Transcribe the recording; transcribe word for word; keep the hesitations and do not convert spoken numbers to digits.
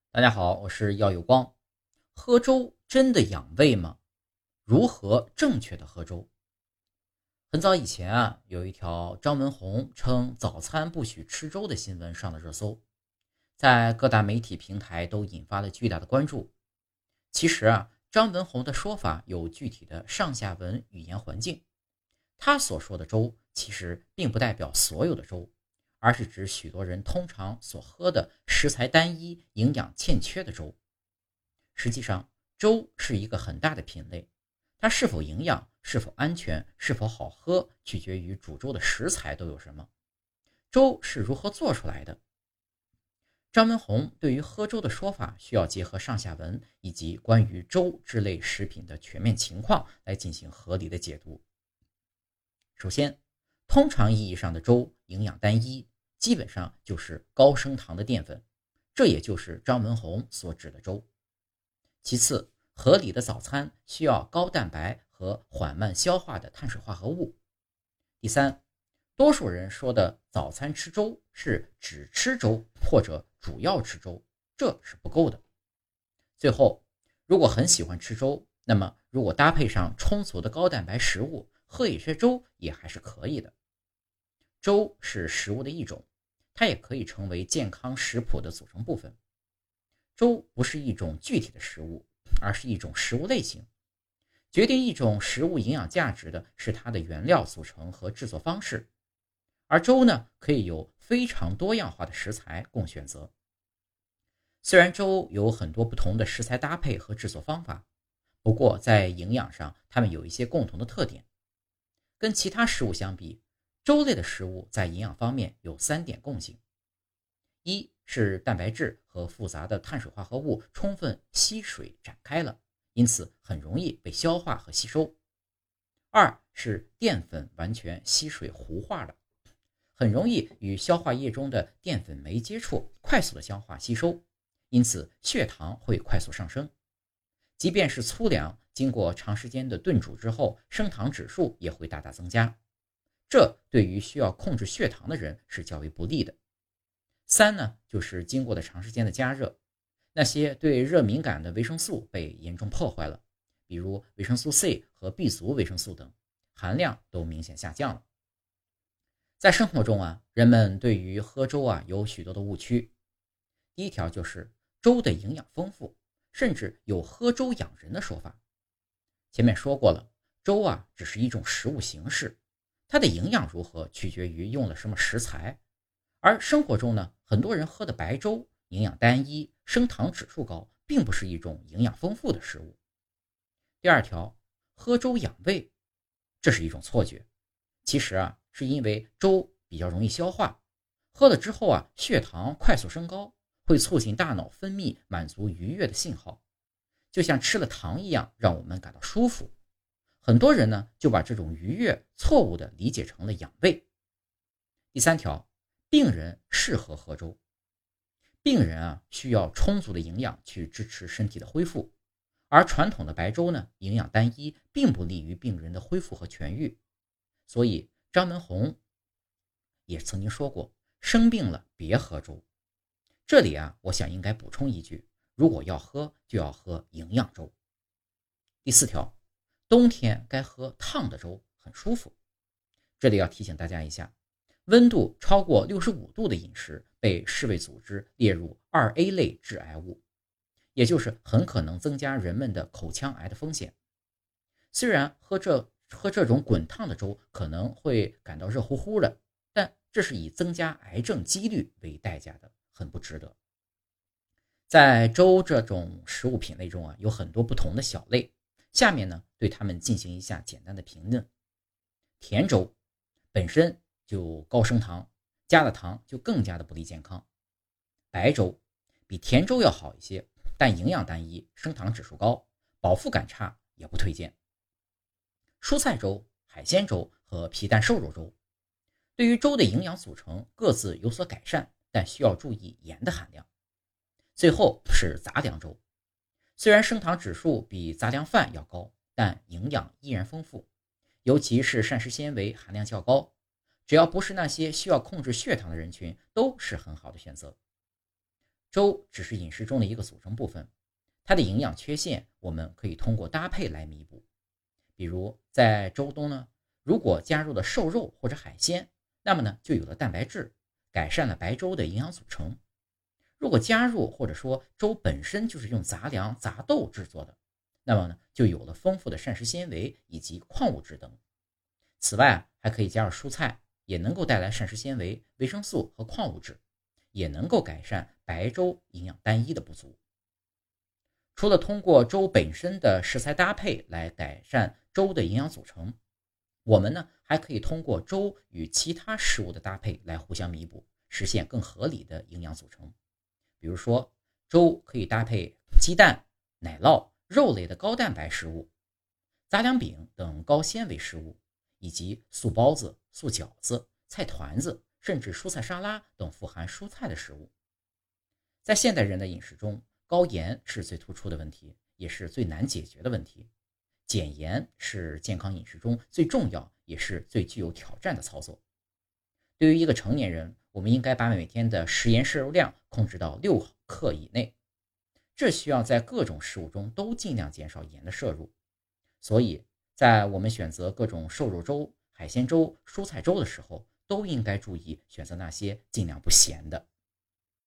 大家好，我是耀有光。喝粥真的养胃吗？如何正确的喝粥？很早以前啊，有一条张文宏称早餐不许吃粥的新闻上了热搜，在各大媒体平台都引发了巨大的关注。其实啊，张文宏的说法有具体的上下文语言环境，他所说的粥其实并不代表所有的粥，而是指许多人通常所喝的食材单一、营养欠缺的粥。实际上，粥是一个很大的品类，它是否营养、是否安全、是否好喝，取决于煮粥的食材都有什么，粥是如何做出来的。张文宏对于喝粥的说法，需要结合上下文以及关于粥之类食品的全面情况来进行合理的解读。首先，通常意义上的粥营养单一，基本上就是高升糖的淀粉，这也就是张文宏所指的粥。其次，合理的早餐需要高蛋白和缓慢消化的碳水化合物。第三，多数人说的早餐吃粥是只吃粥或者主要吃粥，这是不够的。最后，如果很喜欢吃粥，那么如果搭配上充足的高蛋白食物，喝一些粥也还是可以的。粥是食物的一种，它也可以成为健康食谱的组成部分。粥不是一种具体的食物，而是一种食物类型。决定一种食物营养价值的是它的原料组成和制作方式，而粥呢，可以有非常多样化的食材供选择。虽然粥有很多不同的食材搭配和制作方法，不过在营养上，它们有一些共同的特点。跟其他食物相比，粥类的食物在营养方面有三点共性：一是蛋白质和复杂的碳水化合物充分吸水展开了，因此很容易被消化和吸收；二是淀粉完全吸水糊化了，很容易与消化液中的淀粉酶接触，快速的消化吸收，因此血糖会快速上升。即便是粗粮，经过长时间的炖煮之后，升糖指数也会大大增加，这对于需要控制血糖的人是较为不利的。三呢，就是经过了长时间的加热，那些对热敏感的维生素被严重破坏了，比如维生素 C 和 B 族维生素等，含量都明显下降了。在生活中啊，人们对于喝粥啊有许多的误区。第一条就是粥的营养丰富，甚至有喝粥养人的说法。前面说过了，粥啊只是一种食物形式，它的营养如何取决于用了什么食材。而生活中呢，很多人喝的白粥营养单一，升糖指数高，并不是一种营养丰富的食物。第二条，喝粥养胃，这是一种错觉。其实啊，是因为粥比较容易消化，喝了之后啊，血糖快速升高，会促进大脑分泌满足愉悦的信号，就像吃了糖一样，让我们感到舒服。很多人呢，就把这种愉悦错误地理解成了养胃。第三条，病人适合喝粥。病人啊，需要充足的营养去支持身体的恢复，而传统的白粥呢，营养单一，并不利于病人的恢复和痊愈。所以张文宏也曾经说过，生病了别喝粥。这里啊，我想应该补充一句，如果要喝，就要喝营养粥。第四条，冬天该喝烫的粥，很舒服。这里要提醒大家一下，温度超过六十五度的饮食被世卫组织列入 二 A 类致癌物，也就是很可能增加人们的口腔癌的风险。虽然喝这喝这种滚烫的粥可能会感到热乎乎的，但这是以增加癌症几率为代价的，很不值得。在粥这种食物品类中啊，有很多不同的小类，下面呢对它们进行一下简单的评论。甜粥本身就高升糖，加了糖就更加的不利健康。白粥比甜粥要好一些，但营养单一，升糖指数高，饱腹感差，也不推荐。蔬菜粥、海鲜粥和皮蛋瘦肉粥对于粥的营养组成各自有所改善，但需要注意盐的含量。最后是杂粮粥，虽然升糖指数比杂粮饭要高，但营养依然丰富，尤其是膳食纤维含量较高，只要不是那些需要控制血糖的人群，都是很好的选择。 粥只是饮食中的一个组成部分，它的营养缺陷我们可以通过搭配来弥补。比如在粥中呢，如果加入了瘦肉或者海鲜，那么呢就有了蛋白质，改善了白粥的营养组成。如果加入或者说粥本身就是用杂粮杂豆制作的，那么呢就有了丰富的膳食纤维以及矿物质等。此外还可以加入蔬菜，也能够带来膳食纤维、维生素和矿物质，也能够改善白粥营养单一的不足。除了通过粥本身的食材搭配来改善粥的营养组成，我们呢还可以通过粥与其他食物的搭配来互相弥补，实现更合理的营养组成。比如说，粥可以搭配鸡蛋、奶酪、肉类的高蛋白食物、杂粮饼等高纤维食物，以及素包子、素饺子、菜团子，甚至蔬菜沙拉等富含蔬菜的食物。在现代人的饮食中，高盐是最突出的问题，也是最难解决的问题。减盐是健康饮食中最重要也是最具有挑战的操作。对于一个成年人，我们应该把每天的食盐摄入量控制到六克以内，这需要在各种食物中都尽量减少盐的摄入。所以在我们选择各种瘦肉粥、海鲜粥、蔬菜粥的时候，都应该注意选择那些尽量不咸的。